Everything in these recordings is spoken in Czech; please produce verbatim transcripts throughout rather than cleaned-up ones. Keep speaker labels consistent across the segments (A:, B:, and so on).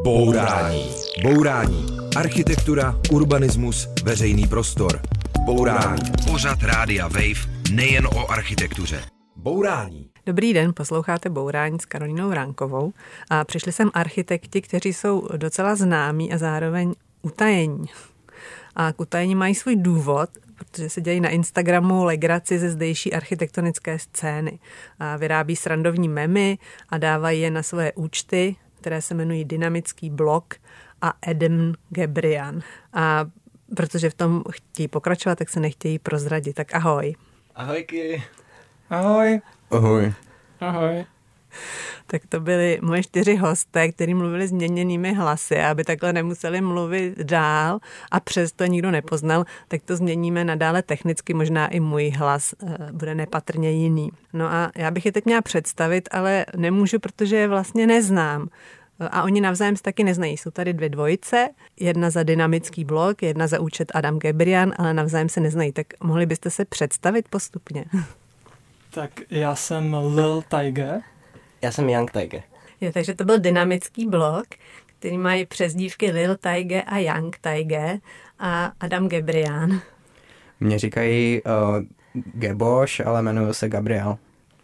A: Bourání. Bourání. Architektura, urbanismus, veřejný prostor. Bourání. Pořad Rádia Wave nejen o architektuře. Bourání.
B: Dobrý den, posloucháte Bourání s Karolínou Vránkovou a přišli sem architekti, kteří jsou docela známí a zároveň utajení. A k utajení mají svůj důvod, protože se dělají na Instagramu legraci ze zdejší architektonické scény. A vyrábí srandovní memy a dávají je na svoje účty, které se jmenují Dynamický blok a Adam Gebrian. A protože v tom chtějí pokračovat, tak se nechtějí prozradit. Tak ahoj.
C: Ahojky.
D: Ahoj.
C: Ahoj.
D: Ahoj.
B: Tak to byli moje čtyři hosté, kteří mluvili změněnými hlasy, aby takhle nemuseli mluvit dál a přesto nikdo nepoznal, tak to změníme nadále technicky, možná i můj hlas bude nepatrně jiný. No a já bych je teď měla představit, ale nemůžu, protože je vlastně neznám. A oni navzájem se taky neznají. Jsou tady dvě dvojice, jedna za Dynamický blok, jedna za účet Adam Gebrian, ale navzájem se neznají. Tak mohli byste se představit postupně?
D: Tak já jsem Lil Tiger.
C: Já jsem Young Tiger.
B: Jo, takže to byl Dynamický blok, který mají přezdívky Lil Tiger a Young Tiger a Adam Gebrian.
E: Mě říkají uh, Geboš, ale jmenuji se Gabriel.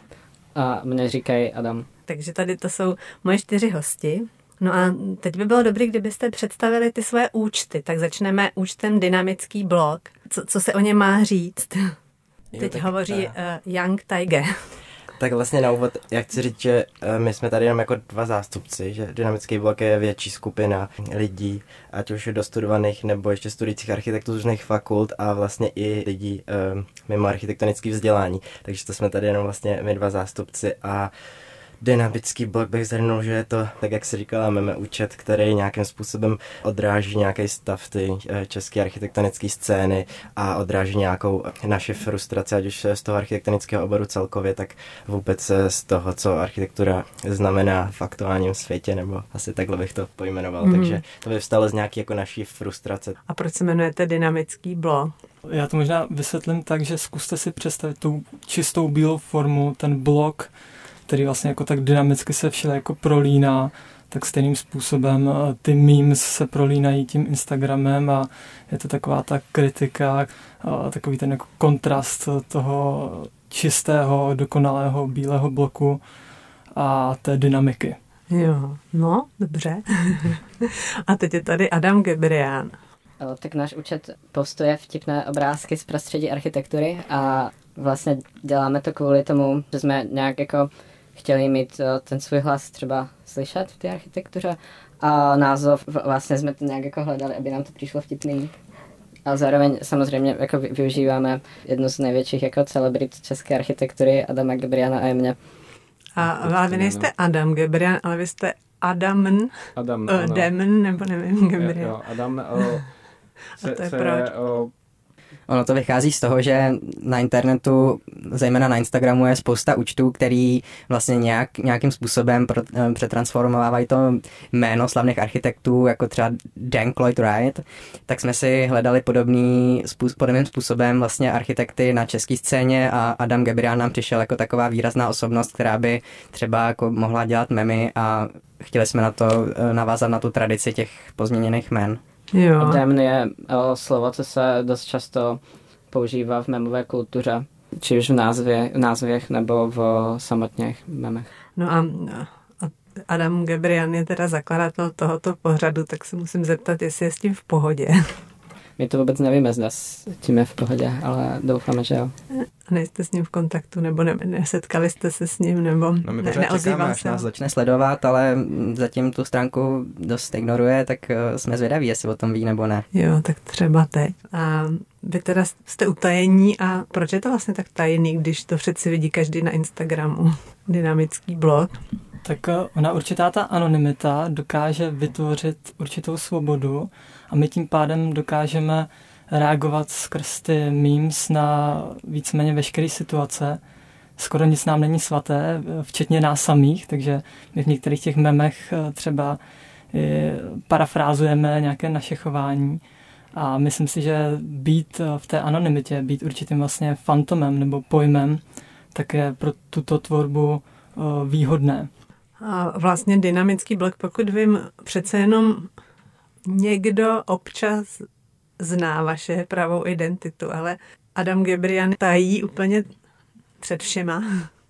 F: A mě říkají Adam.
B: Takže tady to jsou moje čtyři hosti. No a teď by bylo dobré, kdybyste představili ty svoje účty. Tak začneme účtem Dynamický blok. Co, co se o ně má říct?
C: Jo,
B: teď
C: tak,
B: hovoří uh, Young Tiger.
C: Tak vlastně na úvod, já chci říct, že my jsme tady jenom jako dva zástupci, že Dynamický blok je větší skupina lidí, ať už dostudovaných nebo ještě studujících architektů z různých fakult a vlastně i lidí um, mimo architektonické vzdělání. Takže to jsme tady jenom vlastně my dva zástupci a Dynamický blok bych zhrnul, že je to, tak jak se říkala, máme účet, který nějakým způsobem odráží nějaký stav ty české architektonické scény a odráží nějakou naši frustraci, ať už z toho architektonického oboru celkově, tak vůbec z toho, co architektura znamená v aktuálním světě, nebo asi takhle bych to pojmenoval. Mm. Takže to by vstalo z nějaké jako naší frustrace.
B: A proč se jmenujete Dynamický blok?
D: Já to možná vysvětlím tak, že zkuste si představit tu čistou bílou formu, ten blok, který vlastně jako tak dynamicky se všel jako prolíná, tak stejným způsobem ty memes se prolínají tím Instagramem a je to taková ta kritika, takový ten jako kontrast toho čistého, dokonalého bílého bloku a té dynamiky.
B: Jo, no, dobře. A teď je tady Adam Gebrian.
F: Tak náš účet postuje vtipné obrázky z prostředí architektury a vlastně děláme to kvůli tomu, že jsme nějak jako chtěli mít ten svůj hlas třeba slyšet v té architektuře a název vlastně jsme to nějak jako hledali, aby nám to přišlo vtipný. A zároveň samozřejmě jako využíváme jednu z největších jako celebrit české architektury, Adama Gebriana a mě.
B: A, a vy nejste Adam Gebrian, ale vy jste Adam
G: Adam,
B: uh, Demon, nebo nevím, Gebrian.
G: Jo, jo, Adam, uh, se,
B: a to je
G: se,
B: proč?
G: Uh,
E: Ono to vychází z toho, že na internetu, zejména na Instagramu, je spousta účtů, který vlastně nějak, nějakým způsobem pro, přetransformovávají to jméno slavných architektů, jako třeba Dan Lloyd Wright. Tak jsme si hledali podobný, podobným způsobem vlastně architekty na české scéně a Adam Gebrian nám přišel jako taková výrazná osobnost, která by třeba jako mohla dělat memy a chtěli jsme na to navázat na tu tradici těch pozměněných jmen.
B: Jo.
F: Demon je o, slovo, co se dost často používá v memové kultuře, či už v, názvě, v názvěch nebo v samotných memech.
B: No a, a Adam Gebrian je teda zakladatel tohoto pořadu, tak se musím zeptat, jestli je s tím v pohodě.
F: My to vůbec nevíme, zda s tím je v pohodě, ale doufáme, že jo.
B: A nejste s ním v kontaktu, nebo ne, nesetkali jste se s ním, nebo
E: no my
B: ne, neozýval
E: až
B: se?
E: Nás začne sledovat, ale zatím tu stránku dost ignoruje, tak jsme zvědaví, jestli o tom ví nebo ne.
B: Jo, tak třeba teď. A vy teda jste utajení a proč je to vlastně tak tajný, když to přeci vidí každý na Instagramu? Dynamický blok.
D: Tak ona určitá ta anonymita dokáže vytvořit určitou svobodu a my tím pádem dokážeme reagovat skrz ty memes na víceméně veškeré situace. Skoro nic nám není svaté, včetně nás samých, takže my v některých těch memech třeba parafrázujeme nějaké naše chování a myslím si, že být v té anonymitě, být určitým vlastně fantomem nebo pojmem, tak je pro tuto tvorbu výhodné.
B: A vlastně dynamický blog, pokud vím, přece jenom někdo občas zná vaše pravou identitu, ale Adam Gebrian tají úplně před všema.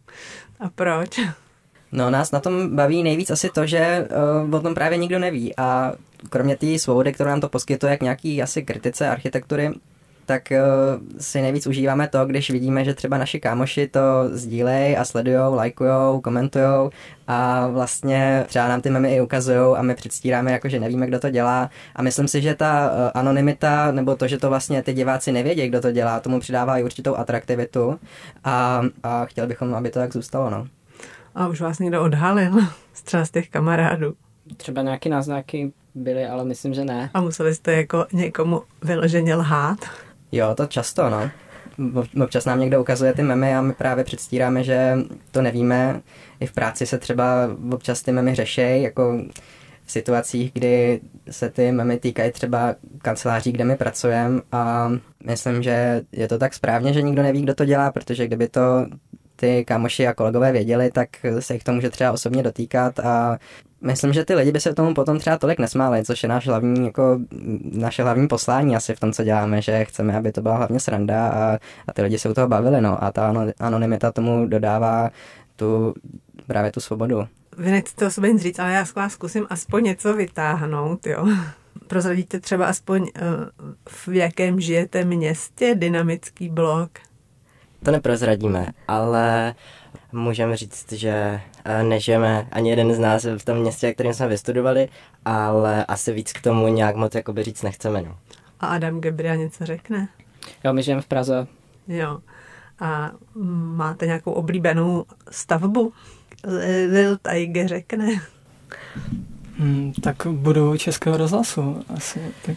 B: A proč?
E: No, nás na tom baví nejvíc asi to, že uh, o tom právě nikdo neví a kromě té svobody, kterou nám to poskytuje k nějaký asi kritice architektury, tak uh, si nejvíc užíváme to, když vidíme, že třeba naši kámoši to sdílej a sledujou, lajkujou, komentujou a vlastně třeba nám ty memy i ukazujou a my předstíráme, jako že nevíme, kdo to dělá a myslím si, že ta uh, anonymita nebo to, že to vlastně ty diváci nevědí, kdo to dělá, tomu přidává i určitou atraktivitu a, a chtěli bychom, aby to tak zůstalo, no.
B: A už vás někdo odhalil, třeba z těch kamarádů.
F: Třeba nějaké náznaky byly, ale myslím, že ne.
B: A museli jste jako někomu vyloženě lhát?
E: Jo, to často, no. Občas nám někdo ukazuje ty memy a my právě předstíráme, že to nevíme. I v práci se třeba občas ty memy řešejí, jako v situacích, kdy se ty memy týkají třeba kanceláří, kde my pracujeme a myslím, že je to tak správně, že nikdo neví, kdo to dělá, protože kdyby to ty kámoši a kolegové věděli, tak se jich to může třeba osobně dotýkat a myslím, že ty lidi by se tomu potom třeba tolik nesmáli, což je náš hlavní, jako, naše hlavní poslání asi v tom, co děláme, že chceme, aby to byla hlavně sranda a, a ty lidi se u toho bavili, no a ta anonymita tomu dodává tu, právě tu svobodu.
B: Vy nechcete o sobě nic říct, ale já s vás zkusím aspoň něco vytáhnout, jo. Prozradíte třeba aspoň v jakém žijete městě dynamický blog?
C: To neprozradíme, ale můžeme říct, že nežijeme ani jeden z nás v tom městě, kterým jsme vystudovali, ale asi víc k tomu nějak moc jakoby říct nechceme. No.
B: A Adam Gebrian něco řekne?
F: Jo, my žijeme v Praze.
B: Jo. A máte nějakou oblíbenou stavbu? Lil Tajge řekne.
D: Hmm, tak budu Českého rozhlasu asi. Tak.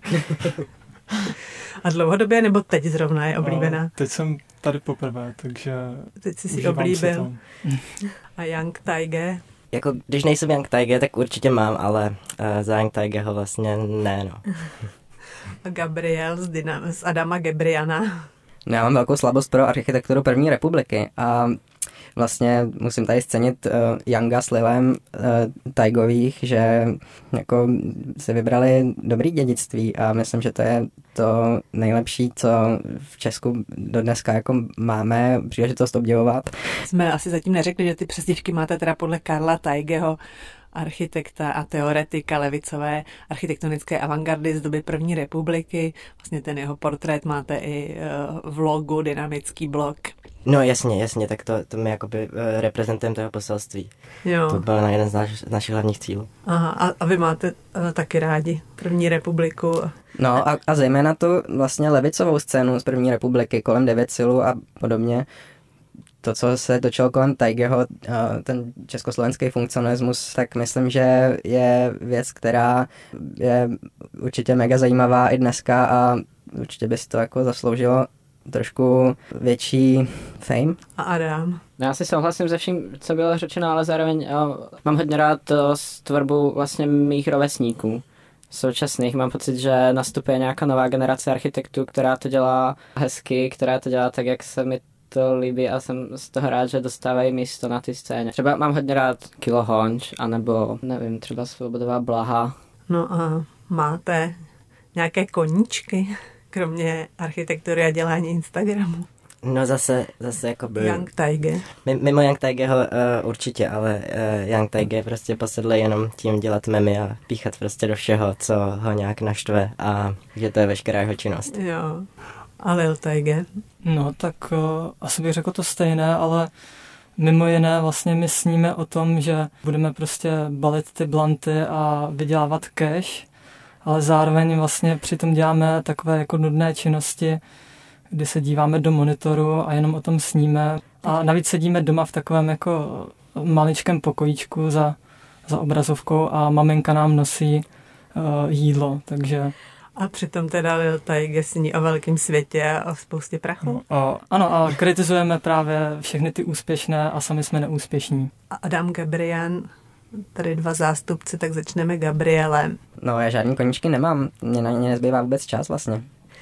B: A dlouhodobě nebo teď zrovna je oblíbená?
D: No, teď jsem tady poprvé, takže
B: teď jsi si oblíbil. A Young Tajge?
C: Jako, když nejsem Young Tajge, tak určitě mám, ale uh, za Young Tajgeho vlastně ne, no.
B: A Gabriel z, Dynam- z Adama Gebriana?
E: No, já mám velkou slabost pro architekturu první republiky a vlastně musím tady scenit uh, Younga s Lilem uh, Tajgových, že jako si vybrali dobrý dědictví a myslím, že to je to nejlepší, co v Česku do dneska jako máme příležitost obdivovat.
B: Jsme asi zatím neřekli, že ty přezdívky máte teda podle Karla Tajgeho, architekta a teoretika levicové architektonické avantgardy z doby první republiky. Vlastně ten jeho portrét máte i v logu Dynamický blog.
C: No jasně, jasně, tak to, to my jakoby reprezentujeme toho poselství.
B: Jo.
C: To byl na jeden z, naš, z našich hlavních cílů.
B: Aha, a, a vy máte uh, taky rádi první republiku?
E: No a, a zejména tu vlastně levicovou scénu z první republiky kolem Devětsilu a podobně. To, co se točilo kolem Tajgeho, ten československý funkcionalismus, tak myslím, že je věc, která je určitě mega zajímavá i dneska a určitě by si to jako zasloužilo trošku větší fame.
B: A Adam?
F: Já si souhlasím se vším, co bylo řečeno, ale zároveň jo, mám hodně rád tvorbu vlastně mých rovesníků současných. Mám pocit, že nastupuje nějaká nová generace architektů, která to dělá hezky, která to dělá tak, jak se mi to líbí a jsem z toho rád, že dostávají místo na té scéně. Třeba mám hodně rád Kilo Honč, anebo nevím, třeba Svobodová Blaha.
B: No a máte nějaké koníčky, kromě architektury a dělání Instagramu?
C: No zase, zase jako by...
B: Young Tajge.
C: Mimo Young Tajgeho uh, určitě, ale uh, Young Tajge je prostě posedlý jenom tím dělat memy a píchat prostě do všeho, co ho nějak naštve a že to je veškerá jeho činnost.
B: Jo. A Lil Tajge?
D: No tak uh, asi bych řekl to stejné, ale mimo jiné vlastně my sníme o tom, že budeme prostě balit ty blanty a vydělávat cash, ale zároveň vlastně přitom děláme takové jako nudné činnosti, kdy se díváme do monitoru a jenom o tom sníme. A navíc sedíme doma v takovém jako maličkém pokojíčku za, za obrazovkou a maminka nám nosí uh, jídlo, takže...
B: A přitom teda Lil Tajge sní o velkém světě a o spoustě prachu.
D: No, a, ano, a kritizujeme právě všechny ty úspěšné a sami jsme neúspěšní.
B: A Adam Gebrian, tady dva zástupci, tak začneme Gabrielem.
E: No, já žádný koníčky nemám, mě na ně nezbývá vůbec čas vlastně.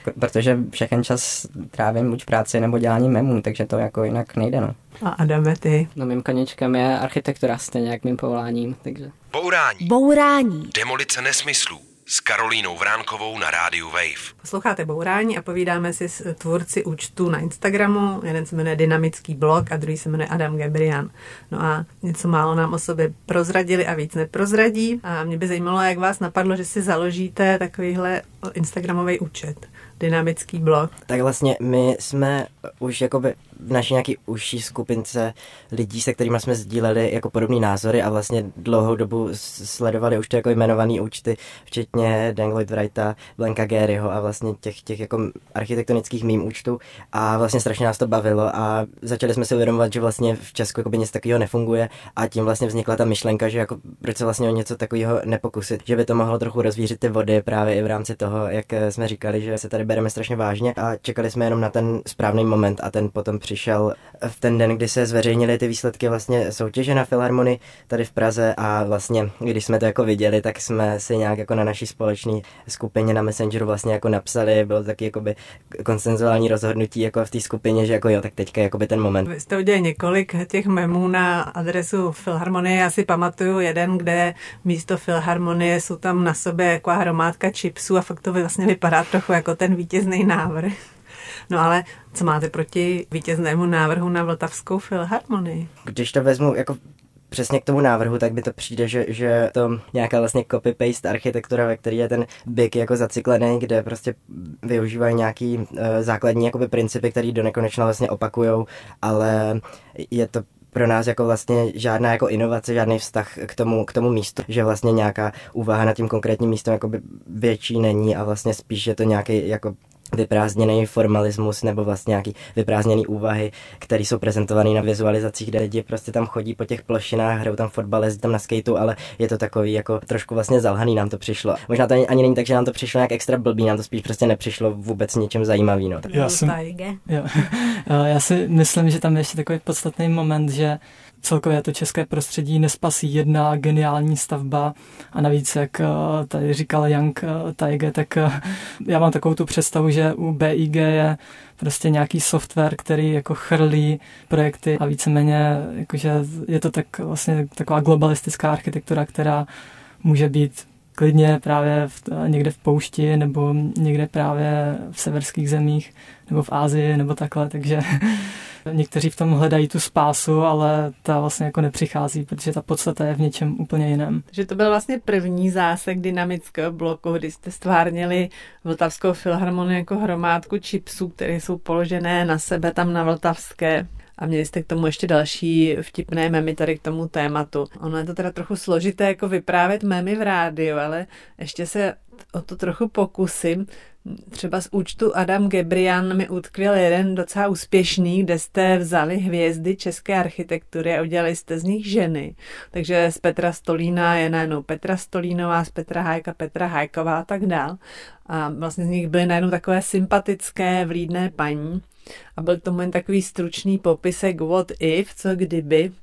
E: protože všechen čas trávím buď v práci nebo děláním memů, takže to jako jinak nejde, no.
B: A Adame, ty?
F: No mým koníčkem je architektura, stejně jak mým povoláním, takže...
A: Bourání.
H: Bourání.
A: Demolice nesmyslů s Karolínou Vránkovou na rádiu Wave.
B: Posloucháte Bourání a povídáme si s tvůrci účtu na Instagramu. Jeden se jmenuje Dynamický blog a druhý se jmenuje Adam Gebrian. No a něco málo nám o sobě prozradili a víc neprozradí. A mě by zajímalo, jak vás napadlo, že si založíte takovýhle instagramový účet. Dynamický blog.
C: Tak vlastně my jsme už jakoby v naší nějaký užší skupince lidí, se kterými jsme sdíleli jako podobné názory a vlastně dlouhou dobu sledovali už to jako jmenovaný účty, včetně Dan Lloyd Wrighta, Blanka Garyho a vlastně těch, těch jako architektonických mým účtů a vlastně strašně nás to bavilo a začali jsme si uvědomovat, že vlastně v Česku jakoby nic takového nefunguje a tím vlastně vznikla ta myšlenka, že jako proč se vlastně o něco takového nepokusit, že by to mohlo trochu rozvířit ty vody právě i v rámci toho, jak jsme říkali, že se tady bereme strašně vážně a čekali jsme jenom na ten správný moment a ten potom přišel v ten den, kdy se zveřejnily ty výsledky vlastně soutěže na Filharmonii tady v Praze a vlastně, když jsme to jako viděli, tak jsme si nějak jako na naší společné skupině na Messengeru vlastně jako napsali, bylo to taky jakoby konsenzuální rozhodnutí jako v té skupině, že jako jo, tak teďka jakoby ten moment.
B: Vy jste udělali několik těch memů na adresu Filharmonie, já si pamatuju jeden, kde místo Filharmonie jsou tam na sobě jako hromádka chipsů a fakt to vlastně vypadá trochu jako ten vítězný návrh. No ale co máte proti vítěznému návrhu na Vltavskou filharmonii?
C: Když to vezmu jako přesně k tomu návrhu, tak by to přijde, že, že to nějaká vlastně copy-paste architektura, ve který je ten byk jako zacyklený, kde prostě využívají nějaký uh, základní jakoby principy, které do nekonečna vlastně opakujou, ale je to pro nás jako vlastně žádná jako inovace, žádný vztah k tomu, k tomu místu, že vlastně nějaká úvaha nad tím konkrétním místem jakoby větší není a vlastně spíš je to nějaký jako vyprázdněný formalismus nebo vlastně nějaký vyprázdněný úvahy, které jsou prezentované na vizualizacích, kde lidi prostě tam chodí po těch plošinách, hrajou tam fotbal, jezdí tam na skateu, ale je to takový jako trošku vlastně zalhaný nám to přišlo. Možná to ani, ani není tak, že nám to přišlo nějak extra blbý, nám to spíš prostě nepřišlo vůbec ničem zajímavý. No.
D: Já, jsem, jo, já si myslím, že tam je ještě takový podstatný moment, že celkově to české prostředí nespasí jedna geniální stavba a navíc, jak tady říkal Yang Taige, tak já mám takovou tu představu, že u B I G je prostě nějaký software, který jako chrlí projekty a víceméně jakože je to tak vlastně taková globalistická architektura, která může být klidně právě v, někde v poušti nebo někde právě v severských zemích nebo v Asii nebo takhle, takže někteří v tom hledají tu spásu, ale ta vlastně jako nepřichází, protože ta podstata je v něčem úplně jiném.
B: Že to byl vlastně první zásek dynamického bloku, kdy jste stvárnili Vltavskou filharmonii jako hromádku chipsů, které jsou položené na sebe tam na Vltavské. A měli jste k tomu ještě další vtipné memy tady k tomu tématu. Ono je to teda trochu složité jako vyprávět memy v rádiu, ale ještě se o to trochu pokusím. Třeba z účtu Adam Gebrian mi utkvěl jeden docela úspěšný, kde jste vzali hvězdy české architektury a udělali jste z nich ženy. Takže z Petra Stolína je najednou Petra Stolínová, z Petra Hájka Petra Hájková a tak dál. A vlastně z nich byly najednou takové sympatické, vlídné paní. A byl k tomu jen takový stručný popisek what if, co kdyby.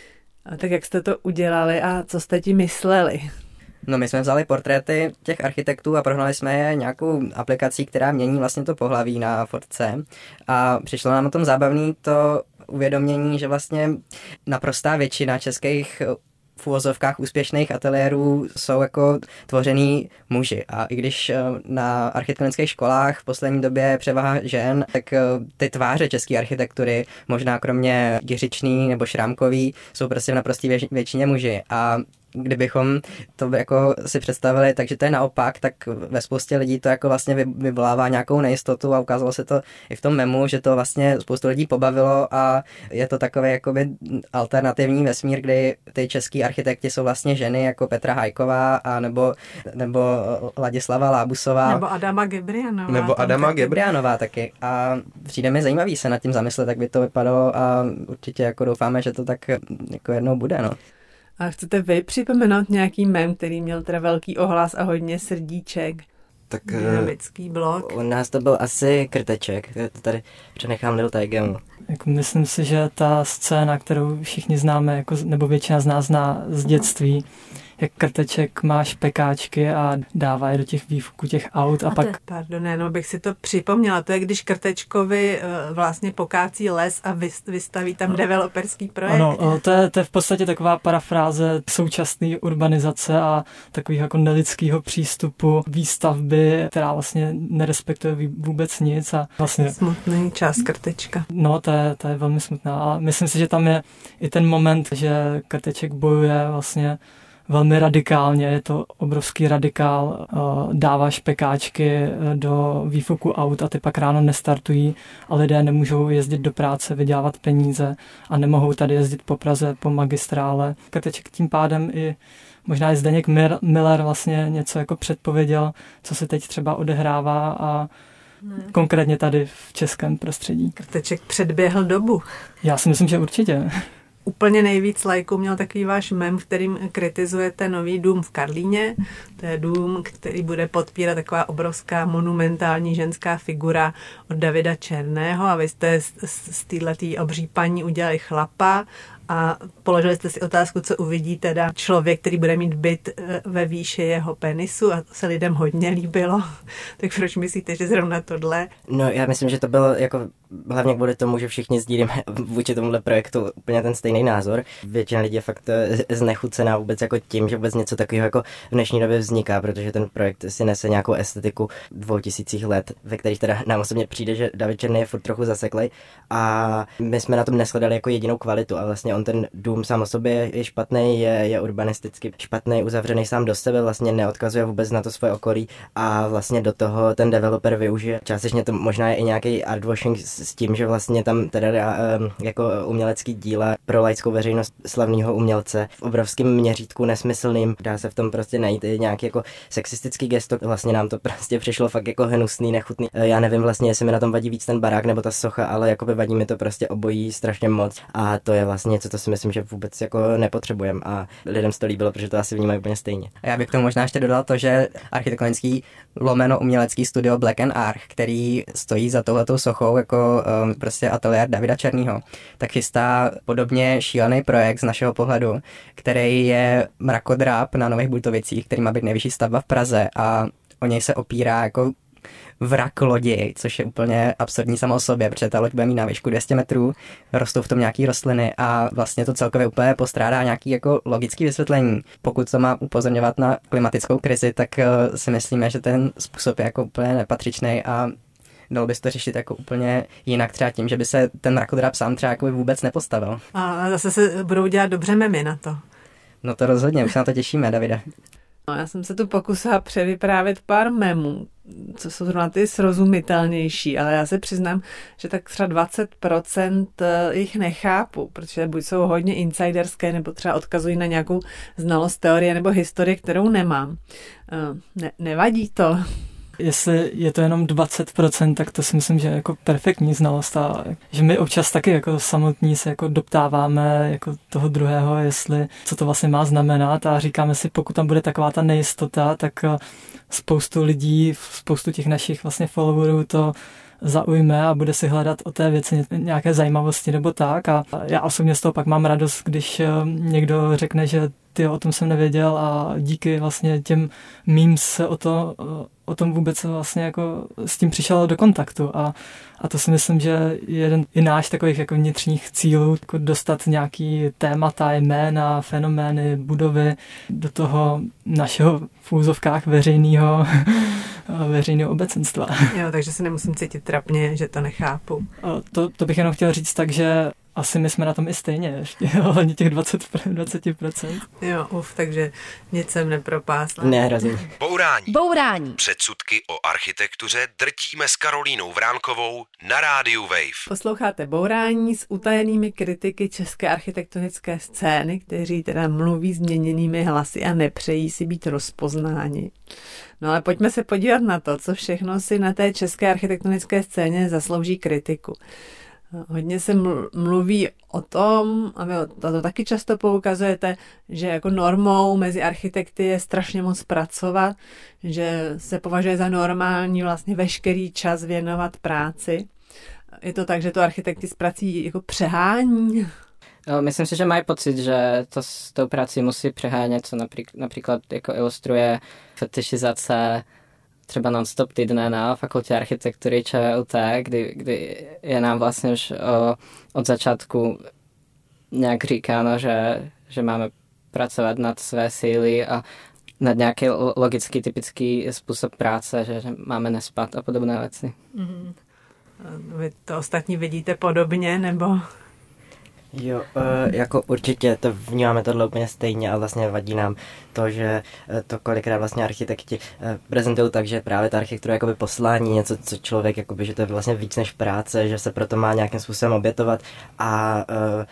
B: A tak jak jste to udělali a co jste ti mysleli?
E: No my jsme vzali portréty těch architektů a prohnali jsme je nějakou aplikací, která mění vlastně to pohlaví na fotce a přišlo nám o tom zábavný to uvědomění, že vlastně naprostá většina českých v uvozovkách úspěšných ateliérů jsou jako tvořený muži. A i když na architektonických školách v poslední době je převaha žen, tak ty tváře české architektury, možná kromě Jiřičný nebo Šrámkový, jsou prostě v naprosté většině muži. A kdybychom to jako si představili, takže to je naopak, tak ve spoustě lidí to jako vlastně vyvolává nějakou nejistotu a ukázalo se to i v tom memu, že to vlastně spoustu lidí pobavilo a je to takový jakoby alternativní vesmír, kdy ty český architekti jsou vlastně ženy jako Petra Hájková a nebo, nebo Ladislava Lábusová.
B: Nebo Adama Gebrianová.
E: Nebo Adama Gebrianová taky. A přijde mi zajímavý se nad tím zamyslet, jak by to vypadalo a určitě jako doufáme, že to tak jako jednou bude, no.
B: A chcete vy připomenout nějaký mem, který měl teda velký ohlas a hodně srdíček?
C: Tak
B: dynamický blok.
C: U nás to byl asi Krteček, to tady přenechám Lil Taigemu.
D: Jako myslím si, že ta scéna, kterou všichni známe, jako, nebo většina z nás zná z dětství, jak Krteček má špekáčky a dává je do těch výfuků těch aut a, a pak...
B: To, pardon, jenom bych si to připomněla. To je, když Krtečkovi vlastně pokácí les a vystaví tam developerský projekt.
D: Ano, to je, to je v podstatě taková parafráze současné urbanizace a takového jako nelidského přístupu výstavby, která vlastně nerespektuje vůbec nic a vlastně...
B: Smutný čas Krtečka.
D: No, to je, to je velmi smutná. A myslím si, že tam je i ten moment, že Krteček bojuje vlastně velmi radikálně, je to obrovský radikál, dává špekáčky do výfuku aut a ty pak ráno nestartují a lidé nemůžou jezdit do práce, vydělávat peníze a nemohou tady jezdit po Praze, po magistrále. Krteček tím pádem i možná i Zdeněk Miller vlastně něco jako předpověděl, co se teď třeba odehrává a ne. Konkrétně tady v českém prostředí.
B: Krteček předběhl dobu.
D: Já si myslím, že určitě.
B: Úplně nejvíc lajků měl takový váš mem, kterým kritizujete nový dům v Karlíně. To je dům, který bude podpírat taková obrovská monumentální ženská figura od Davida Černého a vy jste z, z téhletý obří paní udělali chlapa a položili jste si otázku, co uvidí teda člověk, který bude mít byt ve výši jeho penisu a to se lidem hodně líbilo. Tak proč myslíte, že zrovna tohle?
C: No já myslím, že to bylo jako hlavně kvůli tomu, že všichni sdílíme vůči tomuhle projektu úplně ten stejný názor. Většina lidí je fakt znechucená vůbec jako tím, že vůbec něco takového jako v dnešní době vzniká, protože ten projekt si nese nějakou estetiku dvou tisících let, ve kterých teda nám osobně přijde, že David Černý je furt trochu zaseklej a my jsme na tom neshledali jako jedinou kvalitu a vlastně on ten dům sám o sobě je špatný, je, je urbanisticky špatný, uzavřený sám do sebe, vlastně neodkazuje vůbec na to svoje okolí a vlastně do toho ten developer využije. Částečně to možná je i nějaký artwashing s tím, že vlastně tam teda jako umělecký díla pro laickou veřejnost slavného umělce v obrovském měřítku nesmyslným. Dá se v tom prostě najít i nějaký jako sexistický gesto. Vlastně nám to prostě přišlo fakt jako hnusný, nechutný. Já nevím vlastně, jestli mi na tom vadí víc ten barák nebo ta socha, ale jako by vadí mi to prostě obojí strašně moc a to je vlastně něco, co si myslím, že vůbec jako nepotřebujeme a lidem se to líbilo, protože to asi vnímají úplně stejně.
E: A já bych k tomu možná ještě dodal to, že architektonický lomeno umělecký studio Black and Arch, který stojí za touhletou sochou jako um, prostě ateliér Davida Černýho, tak chystá podobně šílený projekt z našeho pohledu, který je mrakodráp na Nových Budějovicích, který má být nejvyšší stavba v Praze a o něj se opírá jako vrak lodi, což je úplně absurdní samo o sobě, protože ta loď bude mít na výšku dvě stě metrů, rostou v tom nějaký rostliny a vlastně to celkově úplně postrádá nějaký jako logický vysvětlení. Pokud to má upozorňovat na klimatickou krizi, tak uh, si myslíme, že ten způsob je jako úplně nepatřičný a dalo by se to řešit jako úplně jinak, třeba tím, že by se ten mrakodrap sám třeba jako vůbec nepostavil.
B: A zase se budou dělat dobře memy na to.
E: No to rozhodně, už se na to těšíme, Davide.
B: No, já jsem se tu pokusila převyprávět pár memů, co jsou zrovna ty srozumitelnější, ale já se přiznám, že tak třeba dvacet procent jich nechápu, protože buď jsou hodně insiderské, nebo třeba odkazují na nějakou znalost teorie nebo historie, kterou nemám. Ne, nevadí to.
D: Jestli je to jenom dvacet procent, tak to si myslím, že je jako perfektní znalost a že my občas taky jako samotní se jako doptáváme jako toho druhého, jestli co to vlastně má znamenat a říkáme si, pokud tam bude taková ta nejistota, tak spoustu lidí, spoustu těch našich vlastně followerů to zaujme a bude si hledat o té věci nějaké zajímavosti nebo tak a já osobně z toho pak mám radost, když někdo řekne, že ty o tom jsem nevěděl a díky vlastně těm memes se o to o tom vůbec vlastně jako s tím přišel do kontaktu a, a to si myslím, že je jeden i náš takových jako vnitřních cílů, jako dostat nějaký témata, jména, fenomény, budovy do toho našeho v úzovkách veřejného veřejného obecenstva.
B: Jo, takže se nemusím cítit trapně, že to nechápu.
D: To, to bych jenom chtěl říct tak, že asi my jsme na tom i stejně ještě, ohledně těch dvacet procent.
B: Jo, uf, takže nic jsem nepropásla.
C: Ne, hrozně.
A: Bourání.
H: Bourání.
A: Předsudky o architektuře drtíme s Karolínou Vránkovou na rádiu Wave.
B: Posloucháte Bourání s utajenými kritiky české architektonické scény, kteří teda mluví změněnými hlasy a nepřejí si být rozpoznáni. No ale pojďme se podívat na to, co všechno si na té české architektonické scéně zaslouží kritiku. Hodně se mluví o tom, a vy to taky často poukazujete, že jako normou mezi architekty je strašně moc pracovat, že se považuje za normální vlastně veškerý čas věnovat práci. Je to tak, že to architekti s prací jako přehání?
F: Myslím si, že mají pocit, že to s tou prací musí přehánět, co například, například jako ilustruje fetišizace třeba non-stop týdne na fakultě architektury ČVUT, kdy, kdy je nám vlastně už o, od začátku nějak říkáno, že, že máme pracovat nad své síly a nad nějaký logický, typický způsob práce, že, že máme nespat a podobné věci.
B: Mm. Vy to ostatní vidíte podobně, nebo...
C: Jo, jako určitě to vnímáme tohle úplně stejně a vlastně vadí nám to, že to kolikrát vlastně architekti prezentují tak, že právě ta architektura je jakoby poslání, něco, co člověk, jakoby, že to je vlastně víc než práce, že se proto má nějakým způsobem obětovat a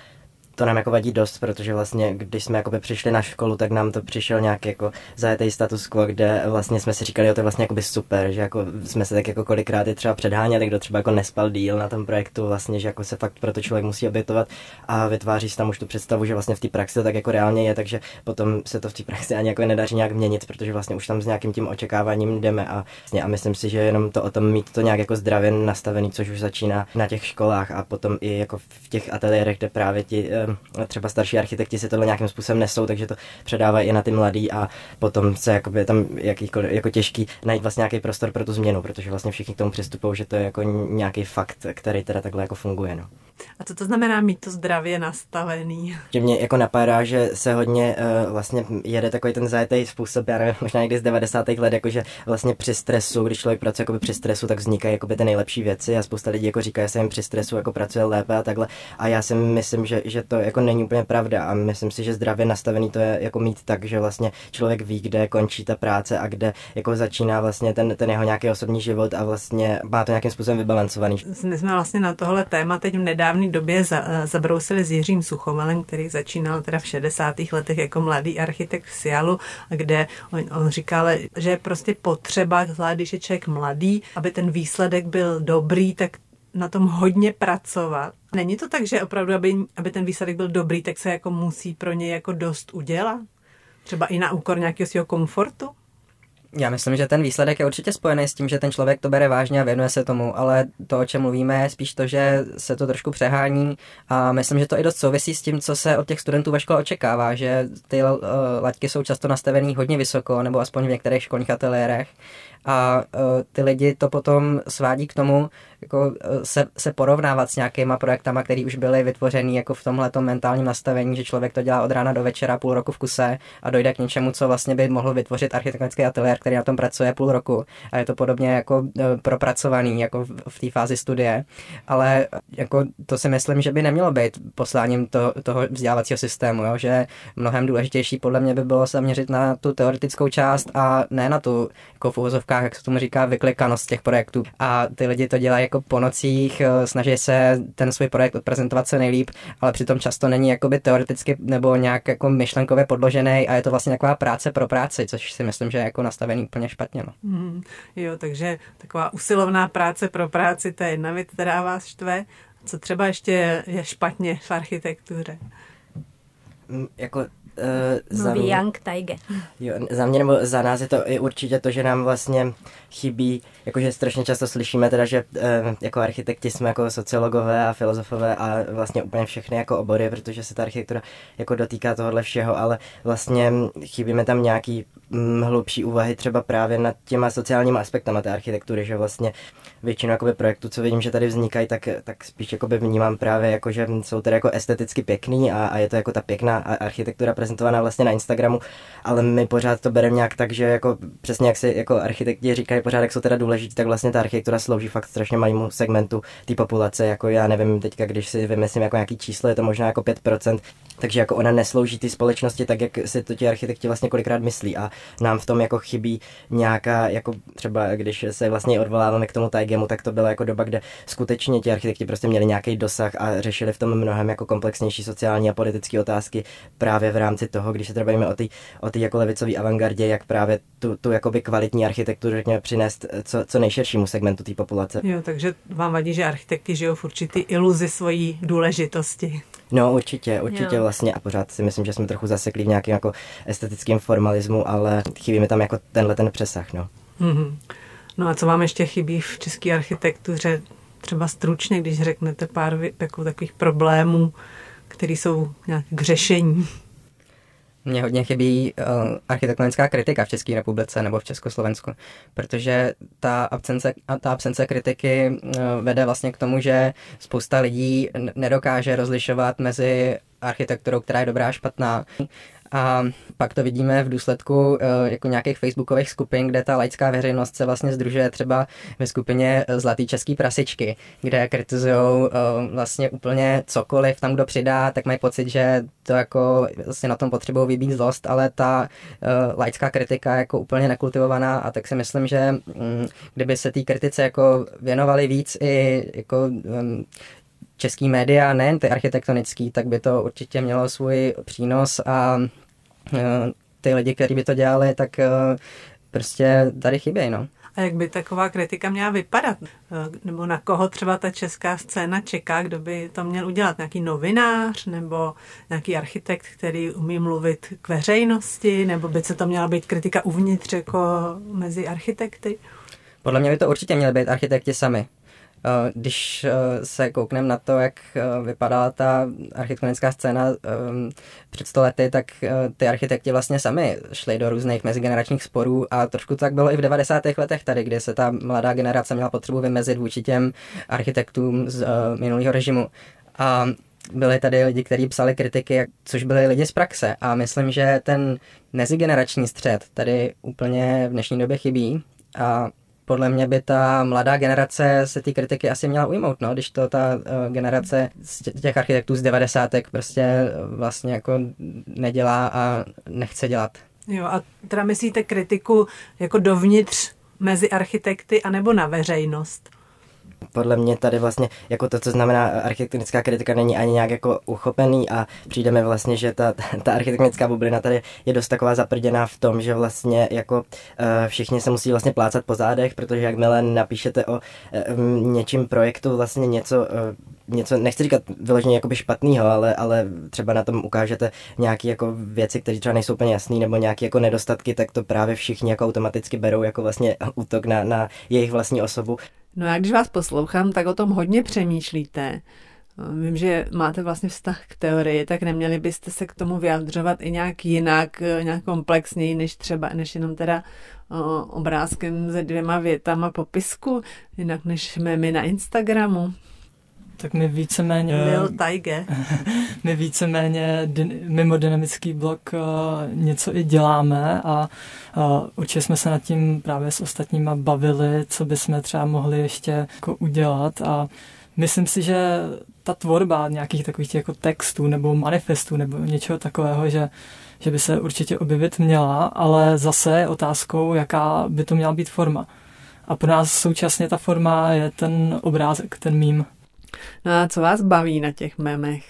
C: to nám jako vadí dost, protože vlastně, když jsme jakoby přišli na školu, tak nám to přišel nějaký jako zajetý status quo, kde vlastně jsme si říkali, jo, to je vlastně jakoby super, že jako jsme se tak jako kolikrát je třeba předháněli, kdo třeba jako nespal díl na tom projektu, vlastně, že jako se fakt proto člověk musí obětovat a vytváří si tam už tu představu, že vlastně v té praxi to tak jako reálně je, takže potom se to v té praxi ani jako nedaří nějak měnit, protože vlastně už tam s nějakým tím očekáváním jdeme a vlastně a myslím si, že jenom to o tom mít to nějak jako zdravě nastavený, což už začíná na těch školách a potom i jako v těch ateliérech, kde právě ti třeba starší architekti si tohle nějakým způsobem nesou, takže to předávají i na ty mladý a potom se jakoby tam jakýkoliv, jako těžký najít vlastně nějaký prostor pro tu změnu, protože vlastně všichni k tomu přistupují, že to je jako nějaký fakt, který teda takhle jako funguje. No.
B: A co to znamená mít to zdravě nastavený?
C: Že mě jako napadá, že se hodně uh, vlastně jede takový ten zajetý způsob, já nevím, možná někdy z devadesátých let, jakože vlastně při stresu, když člověk pracuje jakoby při stresu, tak vznikají jakoby ty nejlepší věci a spousta lidí jako říká, že se jim při stresu jako pracuje lépe a takhle. A já si myslím, že, že to jako není úplně pravda a myslím si, že zdravě nastavený to je jako mít tak, že vlastně člověk ví, kde končí ta práce a kde jako začíná vlastně ten, ten jeho nějaký osobní život a vlastně má to nějakým způsobem vybalancovaný.
B: My jsme vlastně na tohle téma teď v nedávné době za, zabrousili s Jiřím Suchovalem, který začínal teda v šedesátých letech jako mladý architekt v Sialu, kde on, on říkal, že je prostě potřeba, zvlášť když je člověk mladý, aby ten výsledek byl dobrý, tak na tom hodně pracovat. Není to tak, že opravdu, aby, aby ten výsledek byl dobrý, tak se jako musí pro něj jako dost udělat? Třeba i na úkor nějakého svého komfortu?
E: Já myslím, že ten výsledek je určitě spojený s tím, že ten člověk to bere vážně a věnuje se tomu, ale to, o čem mluvíme, je spíš to, že se to trošku přehání a myslím, že to i dost souvisí s tím, co se od těch studentů ve škole očekává, že ty uh, laťky jsou často nastavený hodně vysoko, nebo aspoň v některých školních ateliérech a uh, ty lidi to potom svádí k tomu, jako uh, se, se porovnávat s nějakýma projektama, které už byly vytvořený jako v tomhletom mentálním nastavení, že člověk to dělá od rána do večera půl roku v kuse a dojde k něčemu, co vlastně by mohl vytvořit architektonický ateliér, který na tom pracuje půl roku a je to podobně jako uh, propracovaný jako v, v té fázi studie, ale jako to si myslím, že by nemělo být posláním to, toho vzdělávacího systému, jo? Že mnohem důležitější podle mě by bylo se zaměřit na tu teoretickou část a ne na tu jako v uvozovkách, jak se tomu říká, vyklikanost těch projektů. A ty lidi to dělají jako po nocích, snaží se ten svůj projekt odprezentovat co nejlíp, ale přitom často není jakoby teoreticky nebo nějak jako myšlenkově podložený a je to vlastně taková práce pro práci, což si myslím, že je jako nastavený úplně špatně. No.
B: Mm, jo, takže taková usilovná práce pro práci, to je jedna věc, která vás štve. Co třeba ještě je špatně v architektuře?
C: Mm, jako Uh,
H: Mluví Young Taige.
C: Jo, za mě nebo za nás je to i určitě to, že nám vlastně chybí, jakože strašně často slyšíme teda, že uh, jako architekti jsme jako sociologové a filozofové a vlastně úplně všechny jako obory, protože se ta architektura jako dotýká tohohle všeho, ale vlastně chybíme tam nějaký mm, hlubší úvahy třeba právě nad těma sociálníma aspektama té architektury, že vlastně většinu jakoby projektů, co vidím, že tady vznikají, tak, tak spíš jakoby vnímám právě jako, že jsou tady jako esteticky pěkný a, a je to jako ta pěkná architektura prezentovaná vlastně na Instagramu, ale my pořád to bereme nějak tak, že jako přesně jak si jako architekti říkají pořád, jak jsou teda důležití, tak vlastně ta architektura slouží fakt strašně malému segmentu té populace, jako já nevím teďka, když si vymyslím jako nějaký číslo, je to možná jako pět procent, takže jako ona neslouží té společnosti tak, jak si to ti architekti vlastně kolikrát myslí a nám v tom jako chybí nějaká, jako třeba když se vlastně odvoláváme k tomu Taigemu, tak to byla jako doba, kde skutečně ti architekti prostě měli nějaký dosah a řešili v tom mnohem jako komplexnější sociální a politické otázky právě v rámci toho, když se třeba bavíme o té o té jako levicové avantgardě, jak právě tu, tu jakoby kvalitní architekturu, řekněme, přinést co, co nejširšímu segmentu té populace.
B: Jo, takže vám vadí, že architekti žijou v určitý iluzi svojí důležitosti.
C: No určitě, určitě
B: jo.
C: Vlastně a pořád si myslím, že jsme trochu zaseklí v nějakém jako estetickém formalismu, ale chybí mi tam jako tenhle ten přesah, no.
B: Mm-hmm. No a co vám ještě chybí v české architektuře, třeba stručně, když řeknete pár jako takových problémů, které jsou nějak k řešení?
E: Mně hodně chybí uh, architektonická kritika v České republice nebo v Československu, protože ta absence, ta absence kritiky uh, vede vlastně k tomu, že spousta lidí n- nedokáže rozlišovat mezi architekturou, která je dobrá a špatná. A pak to vidíme v důsledku uh, jako nějakých facebookových skupin, kde ta laická veřejnost se vlastně sdružuje třeba ve skupině Zlatý český prasičky, kde kritizujou uh, vlastně úplně cokoliv tam, kdo přidá, tak mají pocit, že to jako vlastně na tom potřebují vybít zlost, ale ta uh, laická kritika je jako úplně nekultivovaná a tak si myslím, že um, kdyby se té kritice jako věnovali víc i jako um, český média, nejen ty architektonický, tak by to určitě mělo svůj přínos a uh, ty lidi, kteří by to dělali, tak uh, prostě tady chybějí, no.
B: A jak by taková kritika měla vypadat? Nebo na koho třeba ta česká scéna čeká, kdo by to měl udělat? Nějaký novinář nebo nějaký architekt, který umí mluvit k veřejnosti? Nebo by se to měla být kritika uvnitř jako mezi architekty?
E: Podle mě by to určitě měli být architekti sami. Když se koukneme na to, jak vypadala ta architektonická scéna před sto lety, tak ty architekti vlastně sami šli do různých mezigeneračních sporů a trošku tak bylo i v devadesátých letech tady, kdy se ta mladá generace měla potřebu vymezit vůči těm architektům z minulého režimu. A byli tady lidi, kteří psali kritiky, což byli lidi z praxe a myslím, že ten mezigenerační střed tady úplně v dnešní době chybí a podle mě by ta mladá generace se ty kritiky asi měla ujmout, no, když to ta uh, generace z těch architektů z devadesátek prostě vlastně jako nedělá a nechce dělat.
B: Jo, a teda myslíte kritiku jako dovnitř mezi architekty anebo na veřejnost?
C: Podle mě tady vlastně jako to, co znamená architektonická kritika, není ani nějak jako uchopený a přijde mi vlastně, že ta, ta architektonická bublina tady je dost taková zaprděná v tom, že vlastně jako uh, všichni se musí vlastně plácat po zádech, protože jakmile napíšete o uh, něčím projektu vlastně něco, uh, něco, nechci říkat vyloženě jakoby špatného, ale, ale třeba na tom ukážete nějaké jako věci, které třeba nejsou úplně jasný nebo nějaké jako nedostatky, tak to právě všichni jako automaticky berou jako vlastně útok na, na jejich vlastní osobu.
B: No a když vás poslouchám, tak o tom hodně přemýšlíte. Vím, že máte vlastně vztah k teorii, tak neměli byste se k tomu vyjadřovat i nějak jinak, nějak komplexněji, než třeba, než jenom teda o, obrázkem se dvěma větama popisku, jinak než my na Instagramu.
D: Tak my víceméně...
B: Lil Tiger.
D: My víceméně din, mimo dynamický blok uh, něco i děláme a uh, určitě jsme se nad tím právě s ostatníma bavili, co bychom třeba mohli ještě jako udělat a myslím si, že ta tvorba nějakých takových jako textů nebo manifestů nebo něčeho takového, že, že by se určitě objevit měla, ale zase je otázkou, jaká by to měla být forma. A pro nás současně ta forma je ten obrázek, ten mím.
B: No a co vás baví na těch memech?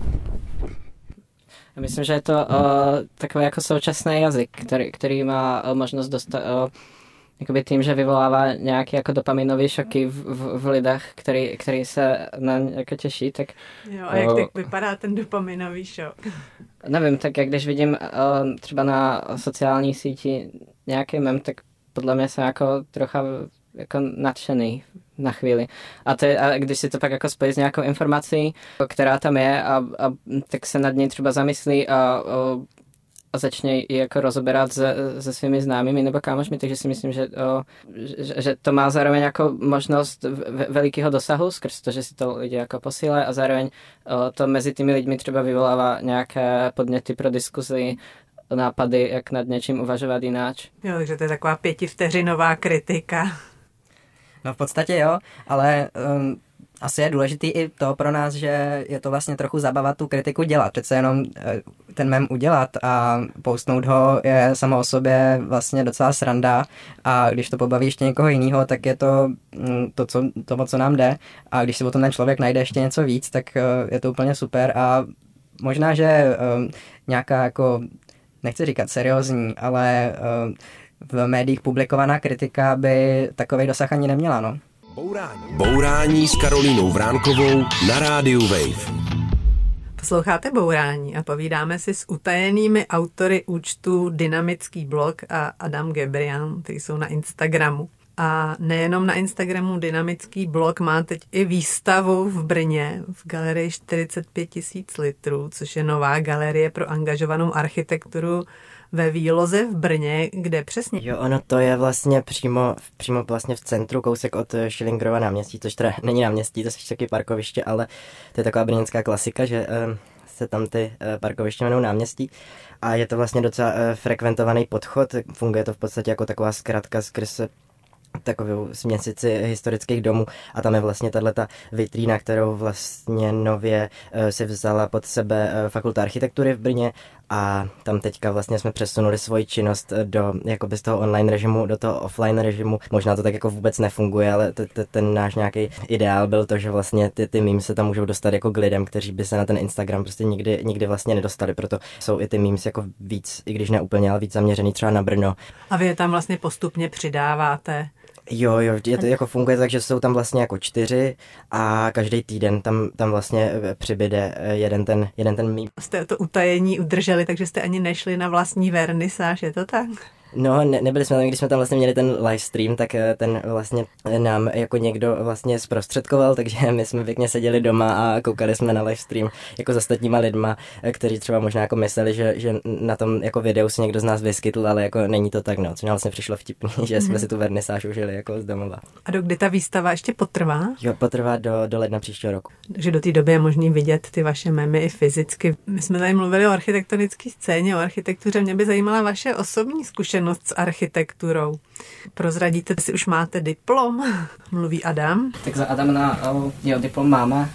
F: Myslím, že je to uh, takový jako současný jazyk, který, který má uh, možnost dostat uh, jakoby tím, že vyvolává nějaké jako dopaminové šoky v, v, v lidech, který, který se na ně jako těší, tak...
B: Jo, a jak uh, tak vypadá ten dopaminový šok?
F: Nevím, tak jak když vidím uh, třeba na sociální síti nějaký mem, tak podle mě jsem jako trocha jako nadšený na chvíli. A, to je, a když si to pak jako spojí s nějakou informací, která tam je a, a tak se nad ní třeba zamyslí a, a, a začne ji jako rozoberat se, se svými známými nebo kámošmi, takže si myslím, že, o, že, že to má zároveň jako možnost ve, velikého dosahu, skrz to, že si to lidi jako posílají a zároveň o, to mezi těmi lidmi třeba vyvolává nějaké podněty pro diskuzi, nápady, jak nad něčím uvažovat jináč.
B: Jo, takže to je taková pětivteřinová kritika.
E: No v podstatě jo, ale um, asi je důležitý i to pro nás, že je to vlastně trochu zabava tu kritiku dělat. Přece jenom uh, ten mem udělat a postnout ho je samo o sobě vlastně docela sranda a když to pobaví ještě někoho jiného, tak je to um, to, co, to, o co nám jde a když si o tom ten člověk najde ještě něco víc, tak uh, je to úplně super a možná, že um, nějaká jako, nechci říkat seriózní, ale uh, v médiích publikovaná kritika by takovej dosah ani neměla, no.
A: Bourání. Bourání s Karolínou Vránkovou na rádiu Wave.
B: Posloucháte Bourání a povídáme si s utajenými autory účtu Dynamický blok a Adam Gebrian, kteří jsou na Instagramu. A nejenom na Instagramu Dynamický blok má teď i výstavu v Brně v galerii čtyřicet pět tisíc litrů, což je nová galerie pro angažovanou architekturu ve Výloze v Brně, kde přesně...
C: Jo, ono to je vlastně přímo, přímo vlastně v centru, kousek od Schillingerova náměstí, což teda není náměstí, to je taky parkoviště, ale to je taková brněnská klasika, že uh, se tam ty uh, parkoviště jmenují náměstí. A je to vlastně docela uh, frekventovaný podchod, funguje to v podstatě jako taková zkratka skrz takovou směsici historických domů a tam je vlastně tato vitrína, kterou vlastně nově uh, si vzala pod sebe uh, Fakulta architektury v Brně a tam teďka vlastně jsme přesunuli svoji činnost do jakoby z toho online režimu do toho offline režimu. Možná to tak jako vůbec nefunguje, ale t- t- ten náš nějaký ideál byl to, že vlastně ty, ty memes se tam můžou dostat jako k lidem, kteří by se na ten Instagram prostě nikdy, nikdy vlastně nedostali, proto jsou i ty memes jako víc, i když ne úplně, ale víc zaměřený třeba na Brno.
B: A vy je tam vlastně postupně přidáváte.
C: Jo, jo, je to jako funguje tak, že jsou tam vlastně jako čtyři a každý týden tam, tam vlastně přibyde jeden ten, jeden ten meme.
B: Jste to utajení udrželi, takže jste ani nešli na vlastní vernisáž, je to tak?
C: No, ne, nebyli jsme tam, když jsme tam vlastně měli ten live stream, tak ten vlastně nám jako někdo vlastně zprostředkoval, takže my jsme pěkně seděli doma a koukali jsme na live stream jako s ostatníma lidma, kteří třeba možná jako mysleli, že, že na tom jako videu se někdo z nás vyskytl, ale jako není to tak, no, což nám vlastně přišlo vtipný, že jsme si tu vernisáž užili jako z domova.
B: A dokdy ta výstava ještě potrvá?
C: Jo, potrvá do, do ledna příštího roku.
B: Takže do té doby je možný vidět ty vaše memy i fyzicky. My jsme tady mluvili o architektonické scéně, o architektuře. Mě by zajímala vaše osobní zkušenost s architekturou. Prozradíte, si už máte diplom? Mluví Adam.
F: Tak za Adama jo, diplom máme.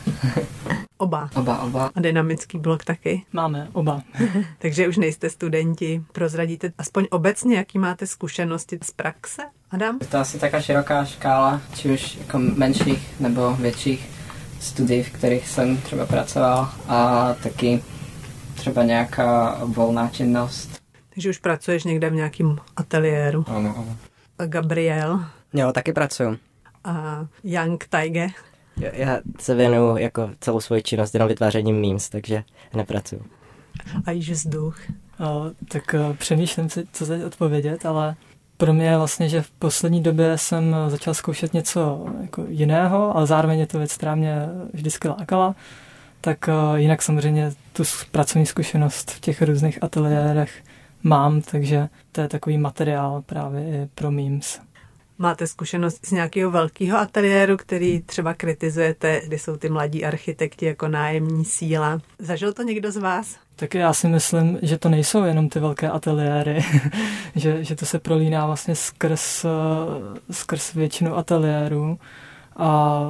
B: Oba.
F: Oba, oba.
B: A Dynamický blok taky?
D: Máme, oba.
B: Takže už nejste studenti. Prozradíte aspoň obecně, jaký máte zkušenosti z praxe? Adam?
F: Je to asi taká široká škála, či už jako menších nebo větších studií, v kterých jsem třeba pracoval a taky třeba nějaká volná činnost.
B: Takže už pracuješ někde v nějakém ateliéru.
F: Ano, ano.
B: A Gabriel?
E: Jo, taky pracuju.
B: A Young Taige?
C: Já se věnuju jako celou svoji činnost jenom vytvářením memes, takže nepracuju.
B: A již vzduch.
D: O, tak o, přemýšlím si, co teď odpovědět, ale pro mě je vlastně, že v poslední době jsem začal zkoušet něco jako jiného, ale zároveň je to věc, která mě vždycky lákala. Tak o, jinak samozřejmě tu pracovní zkušenost v těch různých ateliérech mám, takže to je takový materiál právě i pro memes.
B: Máte zkušenost z nějakého velkého ateliéru, který třeba kritizujete, kdy jsou ty mladí architekti jako nájemní síla. Zažil to někdo z vás?
D: Tak já si myslím, že to nejsou jenom ty velké ateliéry, že, že to se prolíná vlastně skrz, skrz většinu ateliérů a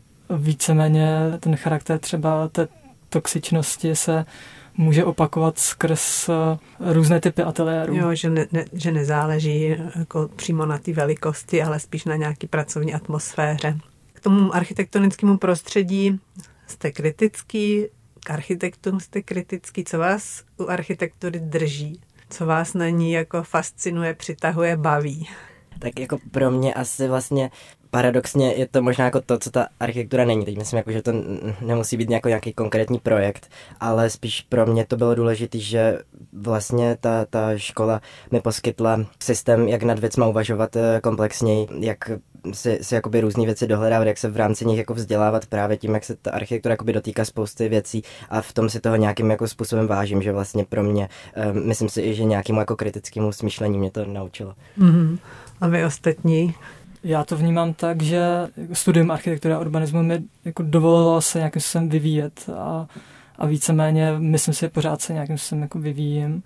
D: víceméně ten charakter třeba té toxičnosti se může opakovat skrz různé typy ateliérů.
B: Jo, že, ne, ne, že nezáleží jako přímo na té velikosti, ale spíš na nějaký pracovní atmosféře. K tomu architektonickému prostředí jste kritický, k architektům jste kritický. Co vás u architektury drží? Co vás na ní jako fascinuje, přitahuje, baví?
C: Tak jako pro mě asi vlastně paradoxně je to možná jako to, co ta architektura není. Teď myslím, jako, že to nemusí být nějaký, nějaký konkrétní projekt, ale spíš pro mě to bylo důležité, že vlastně ta, ta škola mi poskytla systém, jak nad věcma uvažovat komplexněji, jak si, si jakoby různý věci dohledávat, jak se v rámci nich jako vzdělávat právě tím, jak se ta architektura jakoby dotýká spousty věcí a v tom si toho nějakým jako způsobem vážím, že vlastně pro mě, um, myslím si i, že nějakému jako kritickému smýšlení mě to naučilo.
B: Mm-hmm. A vy ostatní?
D: Já to vnímám tak, že studium architektury a urbanismu mi jako dovolilo se nějakým způsobem vyvíjet a, a víceméně myslím si, pořád se nějakým způsobem jako vyvíjím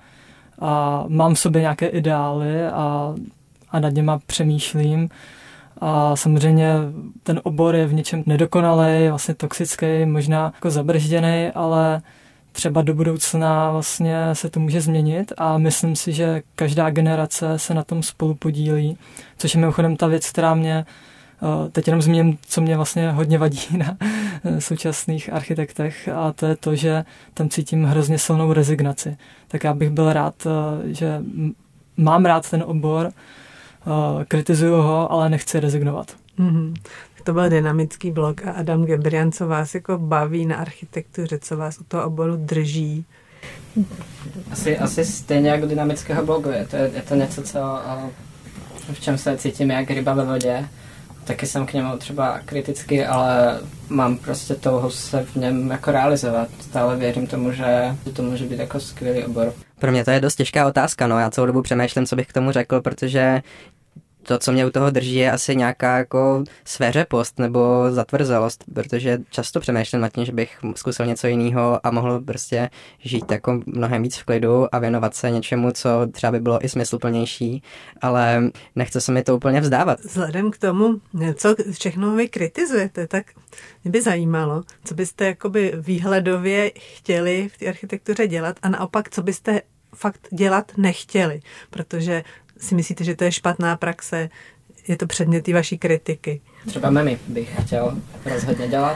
D: a mám v sobě nějaké ideály a, a nad něma přemýšlím a samozřejmě ten obor je v něčem nedokonalý, vlastně toxický, možná jako zabržděný, ale třeba do budoucna vlastně se to může změnit a myslím si, že každá generace se na tom spolu podílí, což je mimochodem ta věc, která mě, teď jenom zmíním, co mě vlastně hodně vadí na současných architektech a to je to, že tam cítím hrozně silnou rezignaci. Tak já bych byl rád, že mám rád ten obor, kritizuju ho, ale nechci rezignovat.
B: Mm-hmm. To byl Dynamický blok a Adam Gebrian, co vás jako baví na architektuře, co vás u toho oboru drží?
F: Asi, asi stejně jako Dynamického blogu, je to, je to něco, co v čem se cítím jak ryba ve vodě. Taky jsem k němu třeba kritický, ale mám prostě touhu se v něm jako realizovat. Stále věřím tomu, že to může být jako skvělý obor.
E: Pro mě to je dost těžká otázka, no. Já celou dobu přemýšlím, co bych k tomu řekl, protože to, co mě u toho drží, je asi nějaká jako svéřepost nebo zatvrzelost, protože často přemýšlím nad tím, že bych zkusil něco jiného a mohl prostě žít jako mnohem víc v klidu a věnovat se něčemu, co třeba by bylo i smysluplnější, ale nechce se mi to úplně vzdávat.
B: Vzhledem k tomu, co všechno vy kritizujete, tak mě by zajímalo, co byste jakoby výhledově chtěli v té architektuře dělat a naopak, co byste fakt dělat nechtěli, protože si myslíte, že to je špatná praxe, je to předmět té vaší kritiky?
F: Třeba memy bych chtěl rozhodně dělat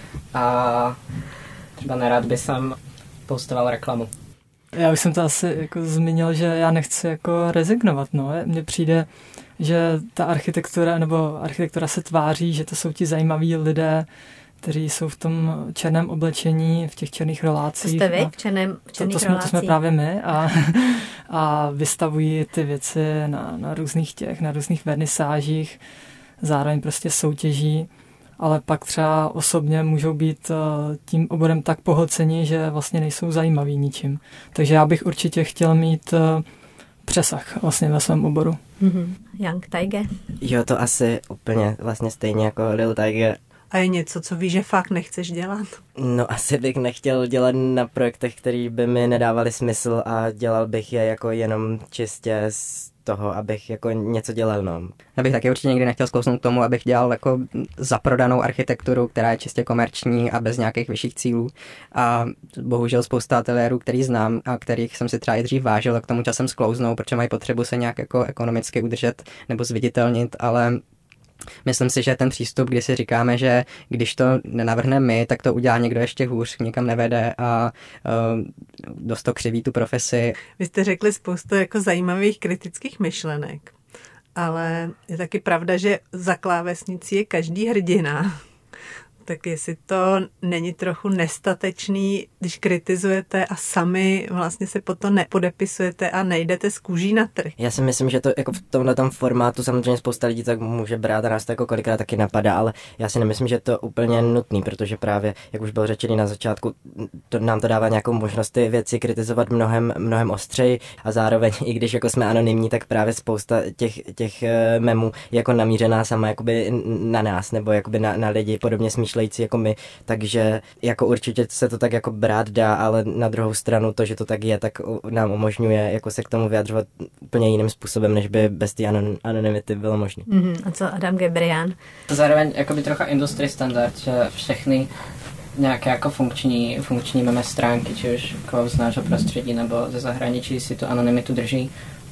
F: a třeba nerad by jsem postoval reklamu.
D: Já už jsem to asi jako zmínil, že já nechci jako rezignovat, no. Mně přijde, že ta architektura, nebo architektura se tváří, že to jsou ti zajímaví lidé, kteří jsou v tom černém oblečení, v těch černých rolácích.
H: To jste vy v, černém, v černých
D: to, to, jsme,
H: rolácích?
D: to jsme právě my a, a vystavují ty věci na, na různých těch, na různých vernisážích, zároveň prostě soutěží, ale pak třeba osobně můžou být tím oborem tak pohlceni, že vlastně nejsou zajímaví ničím. Takže já bych určitě chtěl mít přesah vlastně ve svém oboru.
H: Mm-hmm. Young Tiger?
C: Jo, to asi úplně vlastně stejně jako Lil Tiger.
B: A je něco, co víš, že fakt nechceš dělat?
C: No asi bych nechtěl dělat na projektech, které by mi nedávaly smysl a dělal bych je jako jenom čistě z toho, abych jako něco dělal, no.
E: Já bych taky určitě nikdy nechtěl sklouznout k tomu, abych dělal jako zaprodanou architekturu, která je čistě komerční a bez nějakých vyšších cílů. A bohužel spousta ateliérů, který znám a kterých jsem si třeba i dřív vážil, tak k tomu časem sklouznou, protože mají potřebu se nějak jako ekonomicky udržet nebo zviditelnit, ale myslím si, že ten přístup, kdy si říkáme, že když to nenavrhneme my, tak to udělá někdo ještě hůř, nikam nevede a uh, dost to křiví tu profesi.
B: Vy jste řekli spoustu jako zajímavých kritických myšlenek, ale je taky pravda, že za klávesnicí je každý hrdina. Tak jestli to není trochu nestatečný, když kritizujete a sami vlastně se potom nepodepisujete a nejdete z kůží na trh.
C: Já si myslím, že to jako v tomhletom formátu samozřejmě spousta lidí tak může brát a nás to jako kolikrát taky napadá, ale já si nemyslím, že je to úplně nutný, protože právě, jak už bylo řečený na začátku, to nám to dává nějakou možnost ty věci kritizovat mnohem, mnohem ostřeji a zároveň, i když jako jsme anonymní, tak právě spousta těch, těch memů je jako namířená sama jakoby na nás, nebo jakoby na, na lidi podobně smýšlející jako my, takže jako určitě se to tak jako brát dá, ale na druhou stranu to, že to tak je, tak nám umožňuje jako se k tomu vyjadřovat úplně jiným způsobem, než by bez té anon- anonymity bylo možné.
H: Mm-hmm. A co Adam Gebrian?
F: To zároveň jakoby trocha industry standard, že všechny nějaké jako funkční, funkční meme stránky, či už jako z nášho prostředí nebo ze zahraničí si tu anonymitu drží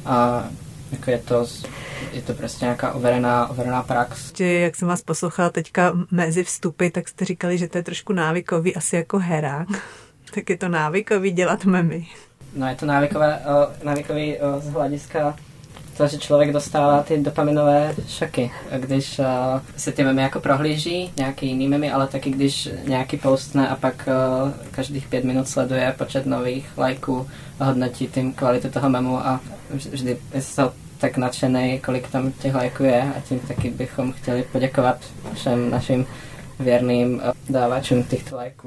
F: a jako je to, je to prostě nějaká overená, overená prax.
B: Jak jsem vás poslouchala teďka mezi vstupy, tak jste říkali, že to je trošku návykový, asi jako hera. Tak je to návykový dělat memy.
F: No je to návykové, o, návykový o, z hlediska toho, že člověk dostává ty dopaminové šoky, když o, se ty memy jako prohlíží, nějaký jiný memy, ale taky když nějaký postne a pak o, každých pět minut sleduje počet nových lajků a hodnotí tím kvalitu toho memu a vždy je tak nadšený, kolik tam těch lajků je a tím taky bychom chtěli poděkovat všem našim věrným dávačům těchto lajků.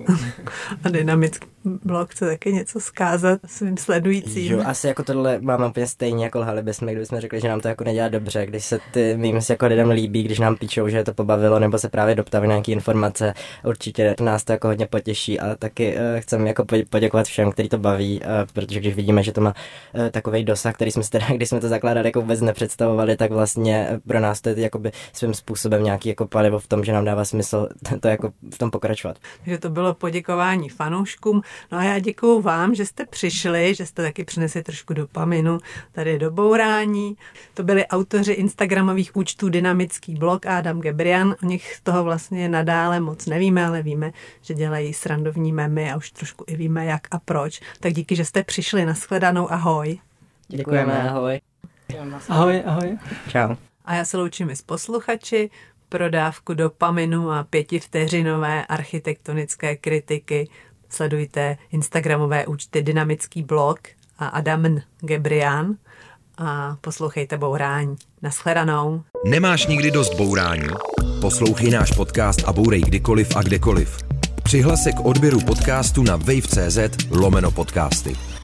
B: A Dynamický blog chce taky něco zkázat svým sledujícím.
C: Jo, asi jako tohle máme úplně stejně, jako lhali bychom, kdybychom řekli, že nám to jako nedělá dobře, když se ty memes jako lidem líbí, když nám píčou, že je to pobavilo, nebo se právě doptaví nějaké informace, určitě nás to jako hodně potěší, ale taky uh, chceme jako poděkovat všem, který to baví, uh, protože když vidíme, že to má uh, takovej dosah, který jsme si teda, když jsme to zakládali, jako vůbec nepředstavovali, tak vlastně pro nás to je jakoby svým způsobem nějaký jako palivo v tom, že nám dává smysl to jako v tom pokračovat.
B: Takže to bylo poděkování fanouškům. No a já děkuju vám, že jste přišli, že jste taky přinesli trošku dopaminu tady do bourání. To byli autoři instagramových účtů Dynamický blog a Adam Gebrian. O nich toho vlastně nadále moc nevíme, ale víme, že dělají srandovní memy a už trošku i víme jak a proč. Tak díky, že jste přišli. Nashledanou, ahoj.
C: Děkujeme, ahoj.
D: Ahoj, ahoj.
E: Čau.
B: A já se loučím i s posluchači. Pro dávku dopaminu a pětivteřinové architektonické kritiky sledujte instagramové účty Dynamický blog a Adam Gebrian a poslouchejte Bourání. Naschledanou.
A: Nemáš nikdy dost bourání? Poslouchej náš podcast a bourej kdykoliv a kdekoliv. Přihlas se k odběru podcastu na wave tečka cz lomeno podcasty.